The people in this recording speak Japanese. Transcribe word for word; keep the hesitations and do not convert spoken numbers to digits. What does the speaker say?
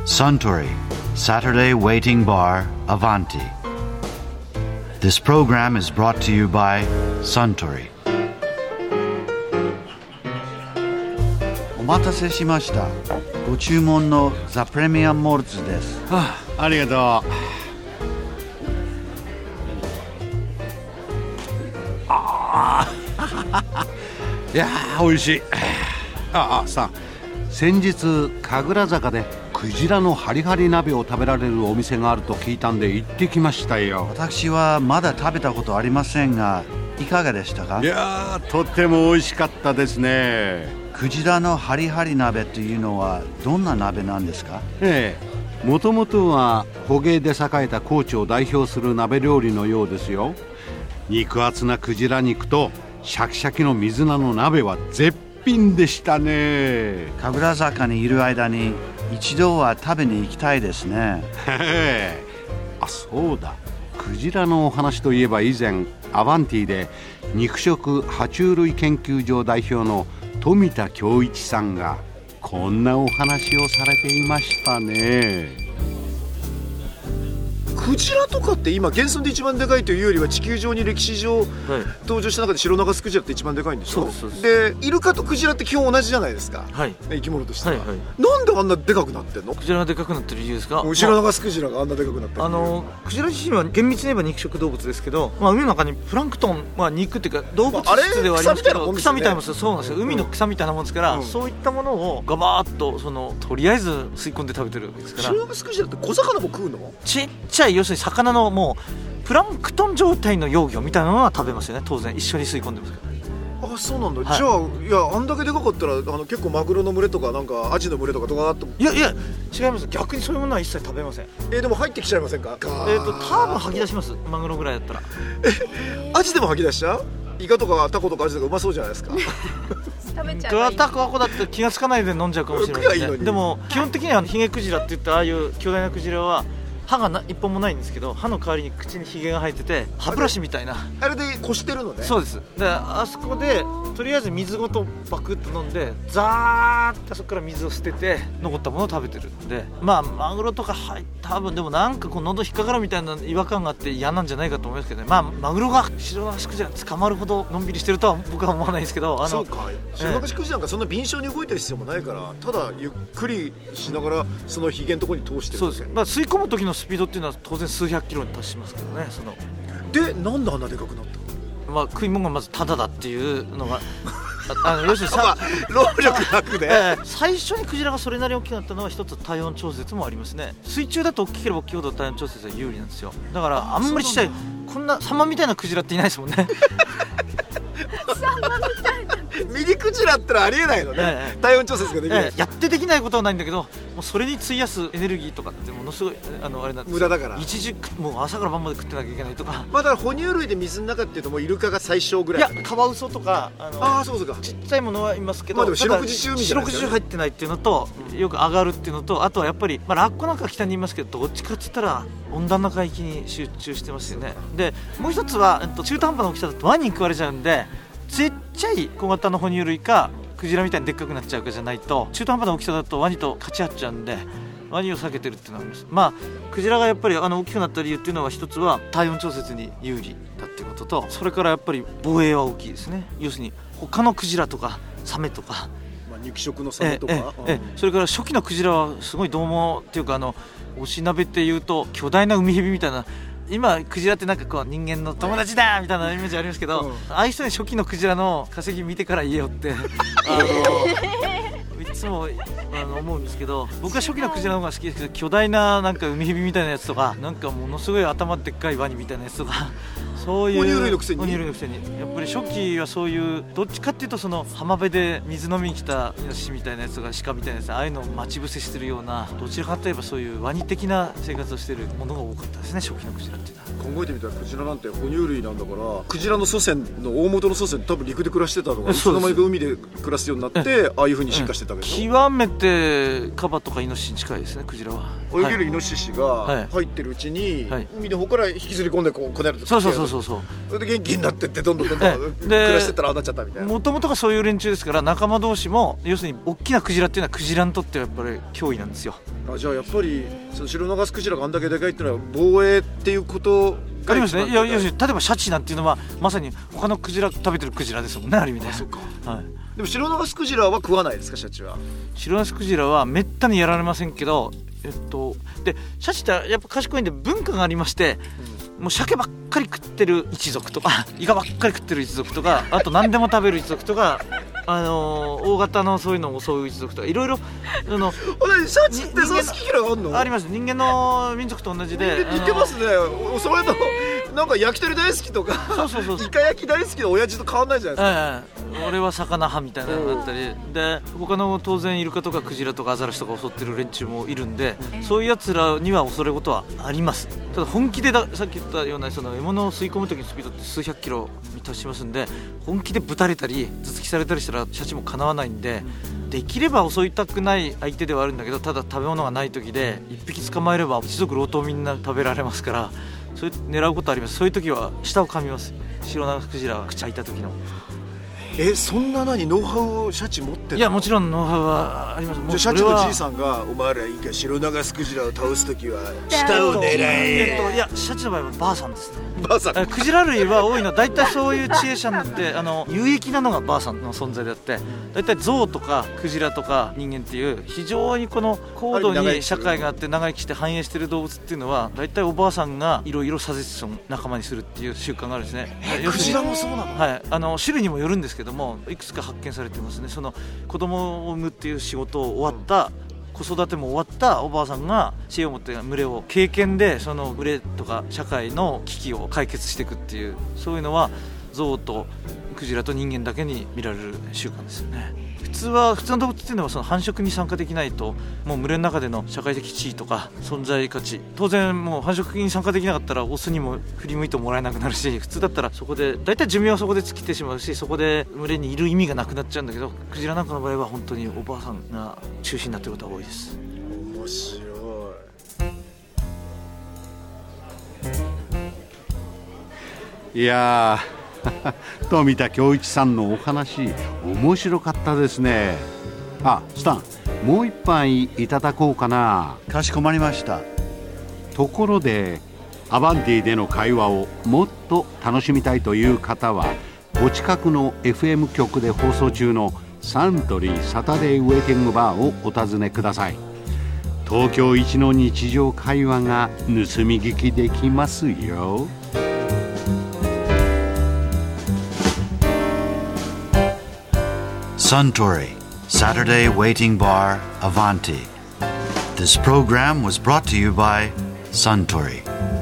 Suntory Saturday Waiting Bar Avanti. This program is brought to you by Suntory. お待たせしました。ご注文のザ・プレミアム・モルツです。 はあ、ありがとう。あいやー美味しい。ああさ先日神楽坂でクジラのハリハリ鍋を食べられるお店があると聞いたんで行ってきましたよ。 私はまだ食べたことありませんがいかがでしたか？ いやーとっても美味しかったですね。 クジラのハリハリ鍋というのはどんな鍋なんですか？ ええ、もともとは捕鯨で栄えた高知を代表する鍋料理のようですよ。肉厚なクジラ肉とシャキシャキの水菜の鍋は絶品でしたね。 神楽坂にいる間に一度は食べに行きたいですね。 あ、そうだ、クジラのお話といえば以前アバンティで肉食爬虫類研究所代表の富田恭一さんがこんなお話をされていましたね。 クジラとかって今現存で一番でかいというよりは地球上に歴史上、はい、登場した中でシロナガスクジラって一番でかいんでしょ。そうです。でイルカとクジラって基本同じじゃないですか、はい、生き物としては、はいはい、なんであんなでかくなってんの？ クジラがでかくなってる理由ですか？ シロナガスクジラがあんなでかくなってる、 あのクジラ自身は厳密に言えば肉食動物ですけど、まあ、海の中にプランクトン、まあ、肉っていうか動物質ではありますけど、草みたいなもんですよ。そうなんですよ、海の草みたいなもんですから、うん、そういったものをガバーッとそのとりあえず吸い込んで食べてるわけですから。 シロナガスクジラって小魚も食うの？ ちっちゃい要するに魚のもうプランクトン状態の幼魚みたいなのは食べますよね。当然一緒に吸い込んでますから。 あ、そうなんだ、 はい、 じゃあいやあんだけでかかったらあの結構マグロの群れとかなんかアジの群れとかとかっと。 いやいや違います。逆にそういうものは一切食べません。 えー、でも入ってきちゃいませんか？えーと多分吐き出します。マグロぐらいだったら。 えアジでも吐き出しちゃう？イカとかタコとかアジとかうまそうじゃないですか。 食べちゃう。イカタコアコだって気がつかないで飲んじゃうかもしれないですね。でも基本的にはヒゲクジラって言ったああいう巨大なクジラは歯がな一本もないんですけど、歯の代わりに口にヒゲが生えてて歯ブラシみたいなあれでこしてるのね。 そうです。であそこでとりあえず水ごとバクッと飲んでザーッとそこから水を捨てて残ったものを食べてるんで、まあマグロとかはい多分でもなんかこう喉引っかかるみたいな違和感があって嫌なんじゃないかと思いますけどね。まあマグロがシロナガスクジラ捕まるほどのんびりしてるとは僕は思わないですけど、あのそうか、シロナガスクジラなんかそんな敏捷に動いてる必要もないから、ただゆっくりしながらそのヒゲのところに通してる。 そうです。まあ吸い込む時のスピードっていうのは当然数百キロに達しますけどね。そのでなんであんなでかくなったの？ まあ食い物がまずタダだっていうのがあの要するにさ労力なくで、 えー、最初にクジラがそれなりに大きくなったのは一つ体温調節もありますね。水中だと大きければ大きいほど体温調節は有利なんですよ。だからあんまりちっちゃいこんなサンマみたいなクジラっていないですもんね。 サンマみたいなミニクジラってのはありえないのね、ええ、体温調節ができない、ええ、やってできないことはないんだけど、もうそれに費やすエネルギーとかってものすごいあのあれなんです無駄だから。 一時もう朝から晩まで食ってなきゃいけないとか、 まあ、だから哺乳類で水の中っていうともうイルカが最小ぐらい。 いやカワウソとかあのあそうそうかちっちゃいものはいますけど、 まあ、でも四六時中みたいな、 四六時中入ってないっていうのと、うん、よく上がるっていうのと、あとはやっぱり、まあ、ラッコなんか北にいますけどどっちかって言ったら温暖な海域に集中してますよね。でもう一つは、えっと、中途半端な大きさだとワニに食われちゃうんで、ちっちゃい小型の哺乳類かクジラみたいにでっかくなっちゃうかじゃないと、中途半端な大きさだとワニと勝ち合っちゃうんでワニを避けてるっていうのがあります。まあクジラがやっぱりあの大きくなった理由っていうのは一つは体温調節に有利だっていうことと、それからやっぱり防衛は大きいですね。要するに他のクジラとかサメとか、 まあ、肉食のサメとか、 ええええ、それから初期のクジラはすごい獰猛っていうか、あのおし鍋っていうと巨大な海蛇みたいな、今クジラってなんかこう人間の友達だみたいなイメージありますけど、うん、ああいう人に初期のクジラの化石見てから言えよってあのいつもあの思うんですけど、僕は初期のクジラの方が好きですけど、巨大ななんか海蛇みたいなやつとか、なんかものすごい頭でっかいワニみたいなやつとか、そういう哺乳類のくせに哺乳類のくせにやっぱり初期はそういうどっちかっていうとその浜辺で水飲みに来たイノシシみたいなやつとか鹿みたいなやつ、ああいうのを待ち伏せしてるような、どちらかといえばそういうワニ的な生活をしているものが多かったですね、初期のクジラっていうのは。 考えてみたらクジラなんて哺乳類なんだから、クジラの祖先の大元の祖先多分陸で暮らしてたのがいつの間にか海で暮らすようになってああいう風に進化してたわけでしょ。 極めてカバとかイノシシに近いですね、クジラは。 泳げるイノシシが入ってるうちに、はい、海の方から引きずり込んでこうこねると。 そうそうそうそうそうそれで元気になってってどんどんどんどん暮らしてったらああなっちゃったみたいな。 もともとがそういう連中ですから、仲間同士も要するに大きなクジラっていうのはクジラにとってはやっぱり脅威なんですよ。 あ、じゃあやっぱりそのシロナガスクジラがあんだけでかいっていうのは防衛っていうことがありますね。いや、要するに例えばシャチなんていうのはまさに他のクジラ食べてるクジラですもんね、ある意味で。 あ、そうか、 はい、 でもシロナガスクジラは食わないですか、シャチは。 シロナガスクジラはめったにやられませんけど、えっとでシャチってやっぱ賢いんで文化がありまして、うん、もう鮭ばっかり食ってる一族とかイカばっかり食ってる一族とか、あと何でも食べる一族とかあのー、大型のそういうのを襲う一族とかいろいろ、あのシャチってその好き嫌いあんの？ あります。人間の民族と同じで似てますね。それとなんか焼き鳥大好きとかそうそうそうそうイカ焼き大好きの親父と変わんないじゃないですか、 ええ、俺は魚派みたいなのがあったりで、他の当然イルカとかクジラとかアザラシとか襲ってる連中もいるんで、そういうやつらには恐れ事はあります。ただ本気でださっき言ったようなその獲物を吸い込む時のスピードって数百キロに達しますんで、本気でぶたれたり頭突きされたりしたらシャチもかなわないんで、できれば襲いたくない相手ではあるんだけど、ただ食べ物がない時で一匹捕まえれば一族老頭みんな食べられますから、そういう狙うことあります。そういう時は舌を噛みます。シロナガスクジラが口開いた時の。 え、そんな何ノウハウをシャチ持ってるの？ いや、もちろんノウハウはあります。 じゃあシャチのじいさんがお前らいいかシロナガスクジラを倒す時は舌を狙え、 えっと、いやシャチの場合はばあさんですね。 ばあさん。 クジラ類は多いのは大体そういう知恵者になってあの有益なのがばあさんの存在であって、大体ゾウとかクジラとか人間っていう非常にこの高度に社会があって長生きして繁栄している動物っていうのは大体おばあさんがいろいろサゼスを仲間にするっていう習慣があるんですね。 クジラもそうなの？ はい、あの種類にもよるんですけども、いくつか発見されていますね。その子供を産むっていう仕事を終わった、うん、子育ても終わったおばあさんが知恵を持って群れを経験でその群れとか社会の危機を解決していくっていう、そういうのはゾウとクジラと人間だけに見られる習慣ですよね。普通は普通の動物っていうのはその繁殖に参加できないともう群れの中での社会的地位とか存在価値、当然もう繁殖に参加できなかったらオスにも振り向いてもらえなくなるし、普通だったらそこで大体寿命はそこで尽きてしまうし、そこで群れにいる意味がなくなっちゃうんだけど、クジラなんかの場合は本当におばあさんが中心になっていることが多いです。 面白い。いやー富田恭一さんのお話面白かったですね。あ、スタンもう一杯いただこうかな。 かしこまりました。 ところでアバンティでの会話をもっと楽しみたいという方はお近くの エフエム 局で放送中のサントリーサタデーウェイティングバーをお尋ねください。東京一の日常会話が盗み聞きできますよ。 Suntory Saturday Waiting Bar Avanti. This program was brought to you by Suntory.